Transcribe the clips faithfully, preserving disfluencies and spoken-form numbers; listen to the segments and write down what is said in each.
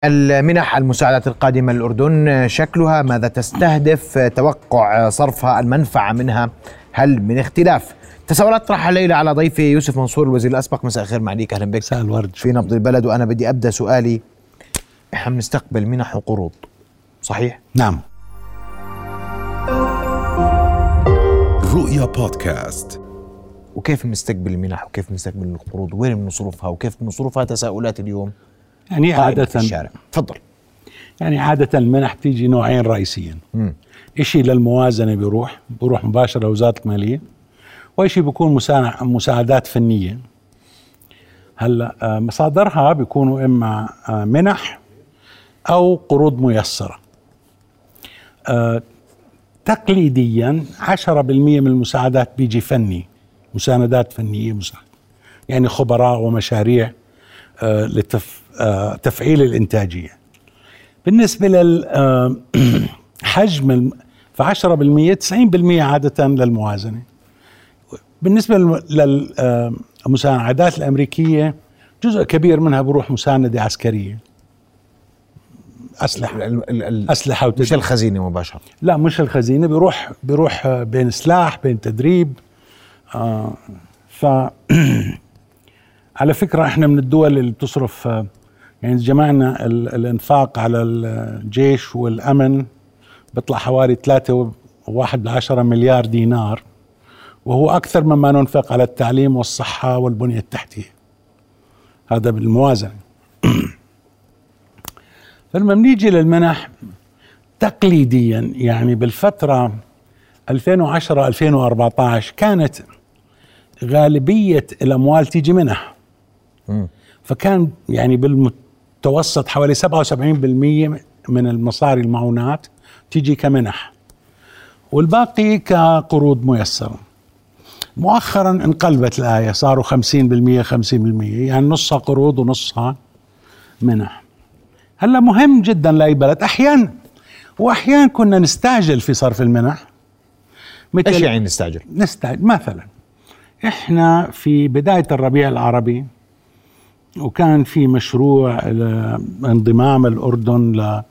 المنح المساعدات القادمة للأردن شكلها ماذا تستهدف؟ توقع صرفها، المنفعة منها، هل من اختلاف؟ تساؤلات طرحها الليلة على ضيفي يوسف منصور الوزير الأسبق. مساء الخير معليك، أهلا بك. مساء الورد في نبض البلد. وأنا بدي أبدأ سؤالي، إحنا بنستقبل منح وقروض صحيح؟ نعم. رؤيا بودكاست. وكيف بنستقبل المنح وكيف بنستقبل القروض وين بنصرفها وكيف بنصرفها؟ تساؤلات اليوم يعني عادة الشارع. تفضل. يعني عادة المنح بتيجي نوعين رئيسيين. م. إشي للموازنة بيروح بيروح مباشرة لوزارة المالية، وإشي بيكون مساعدات فنية. هلا مصادرها بيكونوا إما منح أو قروض ميسرة. تقليديا عشرة بالمئة من المساعدات بيجي فني، مساندات فنية مساعدة. يعني خبراء ومشاريع لتفعيل الإنتاجية. بالنسبة للحجم فعشرة بالمئة تسعين بالمئة عادة للموازنة. بالنسبة للمساعدات الأمريكية جزء كبير منها بروح مساندة عسكرية، أسلحة أسلحة وتدريب. مش الخزينة مباشرة، لا مش الخزينة، بيروح بيروح بين سلاح بين تدريب. آه ف على فكرة احنا من الدول اللي بتصرف، يعني جمعنا الانفاق على الجيش والأمن بيطلع حوالي ثلاثة وواحد لعشرة مليار دينار، وهو أكثر مما ننفق على التعليم والصحة والبنية التحتية. هذا بالموازنة. فلما بنيجي للمنح تقليديا، يعني بالفترة ألفين وعشرة ألفين وأربعة عشر كانت غالبية الأموال تيجي منح. م. فكان يعني بالمتوسط حوالي سبعة وسبعين بالمئة من المصاري المعونات تيجي كمنح، والباقي كقروض ميسرة. مؤخرا انقلبت الآية، صاروا خمسين بالمئة خمسين بالمئة، يعني نصها قروض ونصها منح. هلا مهم جدا لأي بلد، أحيانا وأحيانا كنا نستعجل في صرف المنح. إيش يعني نستعجل؟ نستعجل مثلا إحنا في بداية الربيع العربي، وكان في مشروع لانضمام الأردن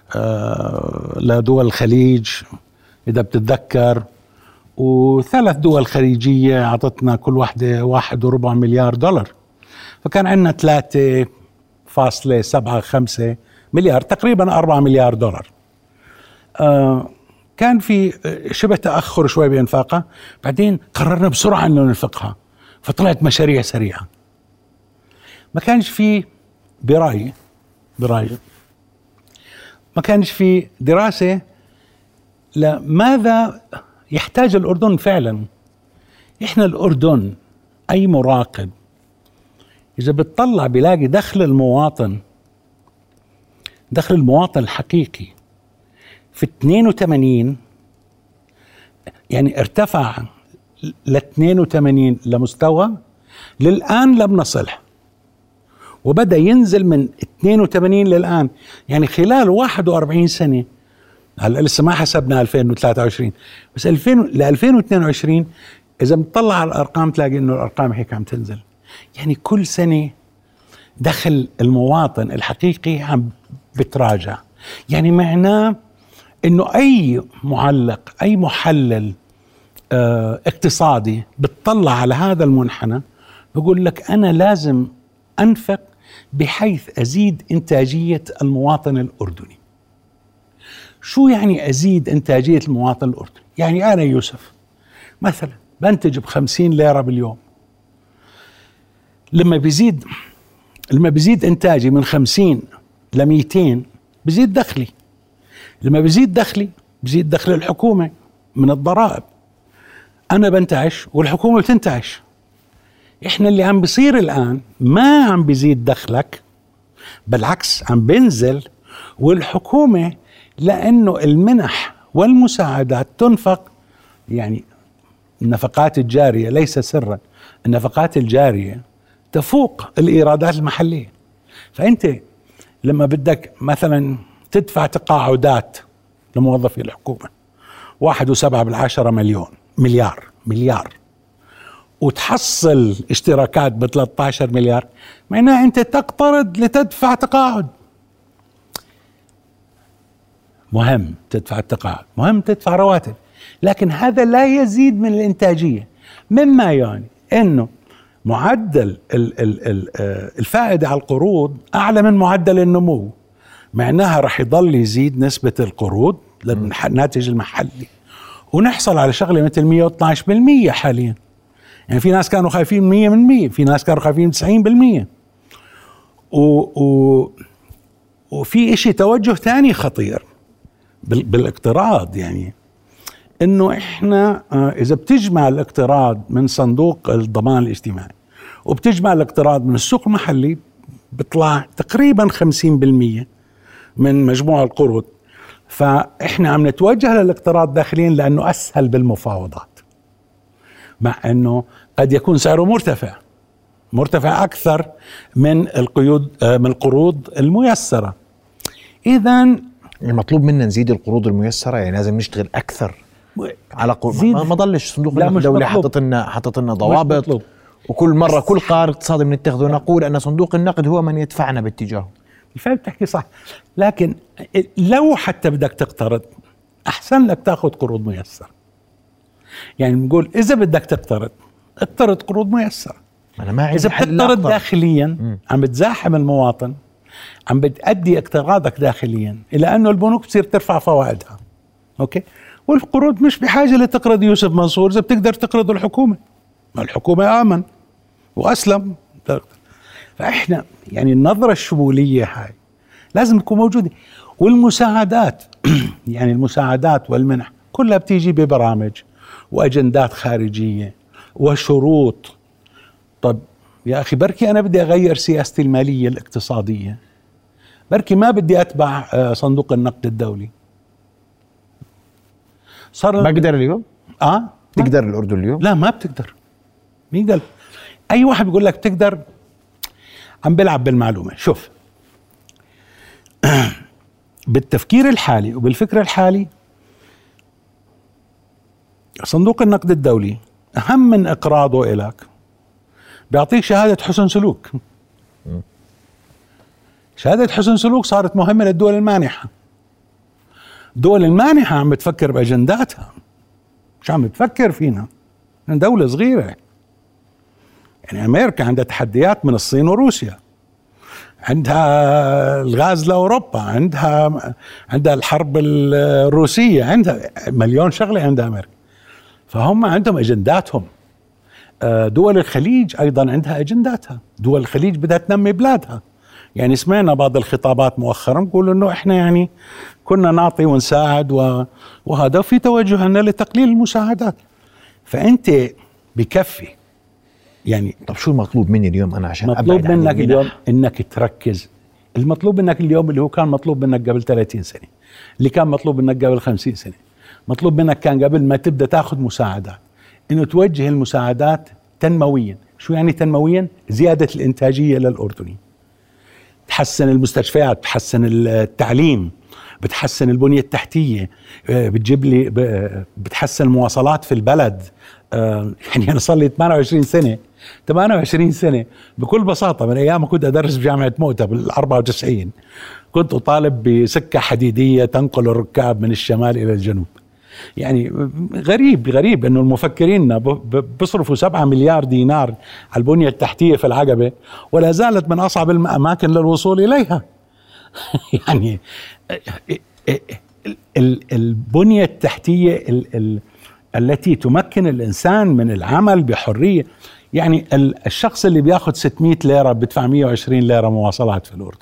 لدول الخليج إذا بتتذكر، وثلاث دول خليجية عطتنا كل واحدة واحد وربع مليار دولار، فكان عندنا ثلاثة فاصلة سبعة خمسة مليار، تقريبا أربعة مليار دولار. آه كان في شبه تأخر شوي بإنفاقها، بعدين قررنا بسرعة أنه ننفقها، فطلعت مشاريع سريعة. ما كانش في برأيي برأيي ما كانش في دراسة لماذا يحتاج الأردن فعلا. إحنا الأردن أي مراقب إذا بتطلع بيلاقي دخل المواطن دخل المواطن الحقيقي في اثنين وثمانين، يعني ارتفع ل اثنين وثمانين لمستوى للآن لم نصله، وبدأ ينزل من اثنين وثمانين للآن، يعني خلال واحد وأربعين سنة. هلا لسه ما حسبنا ألفين وثلاثة وعشرين، بس ألفين ل ألفين واثنين وعشرين إذا بتطلع على الأرقام تلاقي إنه الأرقام هيك عم تنزل. يعني كل سنة دخل المواطن الحقيقي عم بتراجع. يعني معناه إنه أي معلق أي محلل اه اقتصادي بتطلع على هذا المنحنى بقول لك أنا لازم أنفق بحيث أزيد إنتاجية المواطن الأردني. شو يعني أزيد إنتاجية المواطن الأردني؟ يعني أنا يوسف مثلا بنتج بخمسين ليرة باليوم، لما بيزيد لما بيزيد إنتاجي من خمسين لميتين بيزيد دخلي، لما بيزيد دخلي بيزيد دخل الحكومة من الضرائب. أنا بنتعش والحكومة بتنتعش. إحنا اللي عم بيصير الآن ما عم بيزيد دخلك، بالعكس عم بينزل، والحكومة لأنه المنح والمساعدات تنفق، يعني النفقات الجارية ليس سرا، النفقات الجارية تفوق الإيرادات المحلية. فأنت لما بدك مثلا تدفع تقاعدات لموظفي الحكومة واحد وسبعة بالعشرة مليون مليار مليار وتحصل اشتراكات ب ثلاثة عشر مليار، معناه انت تقترض لتدفع تقاعد. مهم تدفع التقاعد، مهم تدفع رواتب، لكن هذا لا يزيد من الإنتاجية، مما يعني أنه معدل الفائدة على القروض أعلى من معدل النمو، معناها رح يضل يزيد نسبة القروض للناتج المحلي، ونحصل على شغلة مثل مئة واثني عشر بالمئة حاليا. يعني في ناس كانوا خايفين مئة بالمئة، في ناس كانوا خايفين تسعين بالمئة. و... و... وفي إشي توجه ثاني خطير بال... بالاقتراض، يعني إنه إحنا إذا بتجمع الاقتراض من صندوق الضمان الاجتماعي وبتجمع الاقتراض من السوق المحلي بيطلع تقريبا خمسين بالمئة من مجموع القروض. فإحنا عم نتوجه للاقتراض داخليا لأنه أسهل بالمفاوضات، مع أنه قد يكون سعره مرتفع مرتفع أكثر من القيود من القروض الميسرة. إذن المطلوب منا نزيد القروض الميسرة، يعني لازم نشتغل أكثر على قروض، ما ضلش صندوق النقد الدولي حاطط لنا حاطط لنا ضوابط، وكل مرة كل قرار اقتصادي بنتخذه نقول أن صندوق النقد هو من يدفعنا باتجاهه. بالفعل بتحكي صح، لكن لو حتى بدك تقترض أحسن لك تأخذ قروض ميسرة. يعني نقول إذا بدك تقترض اقترض قروض ميسرة. أنا ما إذا بتقترض داخليا م. عم بتزاحم المواطن، عم بتأدي اقتراضك داخليا إلى أنه البنوك بتصير ترفع فوائدها. أوكي، والقروض مش بحاجة لتقرض يوسف منصور، إذا بتقدر تقرض الحكومة، ما الحكومة آمن وأسلم. فإحنا يعني النظرة الشمولية هاي لازم تكون موجودة. والمساعدات يعني المساعدات والمنح كلها بتيجي ببرامج وأجندات خارجية وشروط. طب يا أخي بركي أنا بدي أغير سياستي المالية الاقتصادية، بركي ما بدي أتبع صندوق النقد الدولي. صار بقدر اليوم؟ آه تقدر الأردن اليوم؟ لا ما بتقدر. مين قال؟ أي واحد بيقول لك تقدر عم بلعب بالمعلومة. شوف بالتفكير الحالي وبالفكر الحالي صندوق النقد الدولي أهم من إقراضه إلك بيعطيك شهادة حسن سلوك. شهادة حسن سلوك صارت مهمة للدول المانحة. الدول المانحة عم بتفكر بأجنداتها، مش عم بتفكر فينا. دولة صغيرة، يعني أمريكا عندها تحديات من الصين وروسيا، عندها الغاز لأوروبا، عندها عندها الحرب الروسية، عندها مليون شغلة عندها أمريكا. فهم عندهم أجنداتهم. دول الخليج أيضا عندها أجنداتها. دول الخليج بدها تنمي بلادها. يعني سمعنا بعض الخطابات مؤخرا بيقولوا إنه إحنا يعني كنا نعطي ونساعد وهذا في توجهنا لتقليل المساعدات. فأنت بكفي يعني. طب شو المطلوب مني اليوم أنا عشان مطلوب منك اليوم إنك تركز. المطلوب منك اليوم اللي هو كان مطلوب منك قبل ثلاثين سنة، اللي كان مطلوب منك قبل خمسين سنة، مطلوب منك كان قبل ما تبدأ تأخذ مساعدات إنه توجه المساعدات تنمويا. شو يعني تنمويا؟ زيادة الإنتاجية للأردني، تحسن المستشفيات، تحسن التعليم، بتحسن البنية التحتية، بتجيب لي بتحسن المواصلات في البلد. يعني أنا صار لي ثمانية وعشرين سنة ثمانية وعشرين سنة بكل بساطة، من أيام كنت أدرس بجامعة موتة بالأربعة وتسعين كنت أطالب بسكة حديدية تنقل الركاب من الشمال إلى الجنوب. يعني غريب غريب إنه المفكرين بيصرفوا سبعة مليار دينار على البنية التحتية في العقبة ولا زالت من أصعب الأماكن للوصول إليها. يعني البنية التحتية ال ال التي تمكن الإنسان من العمل بحرية. يعني الشخص اللي بياخد ستمائة ليرة بدفع مئة وعشرين ليرة مواصلات في الأردن،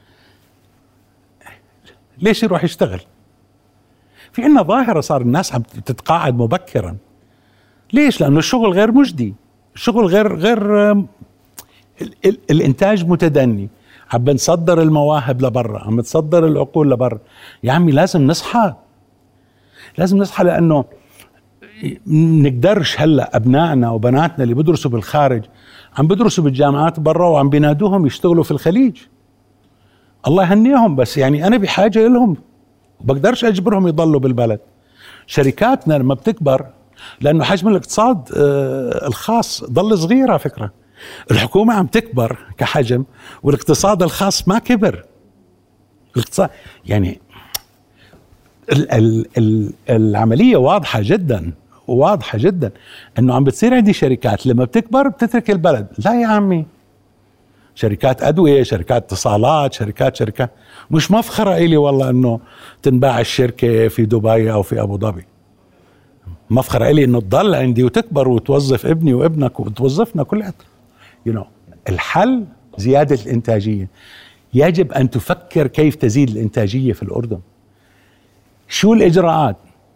ليش يروح يشتغل؟ في عنا ظاهرة صار الناس عم تتقاعد مبكرا. ليش؟ لأنه الشغل غير مجدي، الشغل غير غير ال ال الإنتاج متدني، عم بنصدر المواهب لبرا، عم تصدر العقول لبرا. يا عمي لازم نصحى، لازم نصحى، لأنه نقدرش هلا أبنائنا وبناتنا اللي بدرسوا بالخارج عم بدرسوا بالجامعات برا وعم بينادوهم يشتغلوا في الخليج. الله يهنيهم، بس يعني أنا بحاجة لهم، بقدرش أجبرهم يضلوا بالبلد. شركاتنا لما بتكبر، لأنه حجم الاقتصاد الخاص ضل صغير على فكرة، الحكومة عم تكبر كحجم والاقتصاد الخاص ما كبر. الاقتصاد يعني ال ال ال العملية واضحة جدا، واضحة جدا انه عم بتصير عندي شركات لما بتكبر بتترك البلد. لا يا عمي، شركات ادوية، شركات اتصالات، شركات شركات مش مفخرة الي والله انه تنباع الشركة في دبي او في ابو ظبي. مفخرة الي انه تضل عندي وتكبر وتوظف ابني وابنك وتوظفنا كلنا. you know. الحل زيادة الانتاجية. يجب ان تفكر كيف تزيد الانتاجية في الاردن. شو الاجراءات؟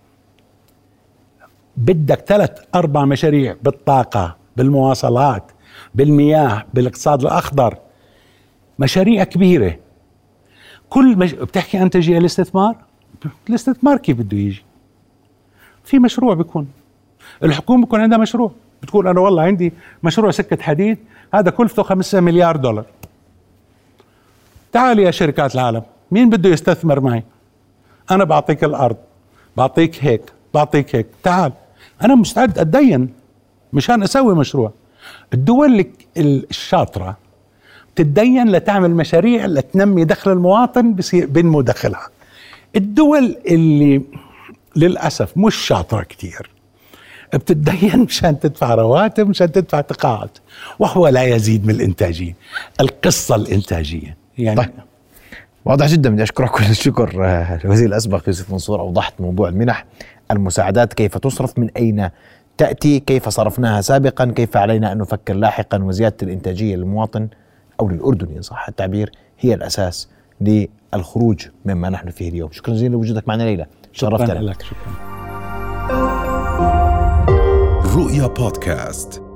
بدك ثلاث اربع مشاريع بالطاقة، بالمواصلات، بالمياه، بالاقتصاد الاخضر، مشاريع كبيرة. كل مش... بتحكي عن تشجيع الاستثمار. الاستثمار كيف بده يجي؟ في مشروع بيكون، الحكومة بيكون عندها مشروع، بتقول انا والله عندي مشروع سكة حديد هذا كلفته خمسة مليار دولار. تعال يا شركات العالم، مين بده يستثمر معي؟ انا بعطيك الارض، بعطيك هيك، بعطيك هيك، تعال انا مستعد اتدين مشان اسوي مشروع. الدول الشاطرة تتدين لتعمل مشاريع لتنمي دخل المواطن بينمو دخلها. الدول اللي للأسف مش شاطرة كتير بتتدين مشان تدفع رواتب، مشان تدفع تقاعد، وهو لا يزيد من الإنتاجية. القصة الإنتاجية يعني. طيب. واضح جدا. بدي أشكرك كل الشكر الوزير الأسبق يوسف منصور. أوضحت موضوع المنح، المساعدات كيف تصرف، من أين تأتي، كيف صرفناها سابقا، كيف علينا أن نفكر لاحقا، وزيادة الإنتاجية للمواطن أو للأردن إن صح التعبير هي الأساس للخروج مما نحن فيه اليوم. شكرا جزيلا لوجودك معنا ليلى، شرفتنا. شكرا لك. شكرا. رؤيا بودكاست.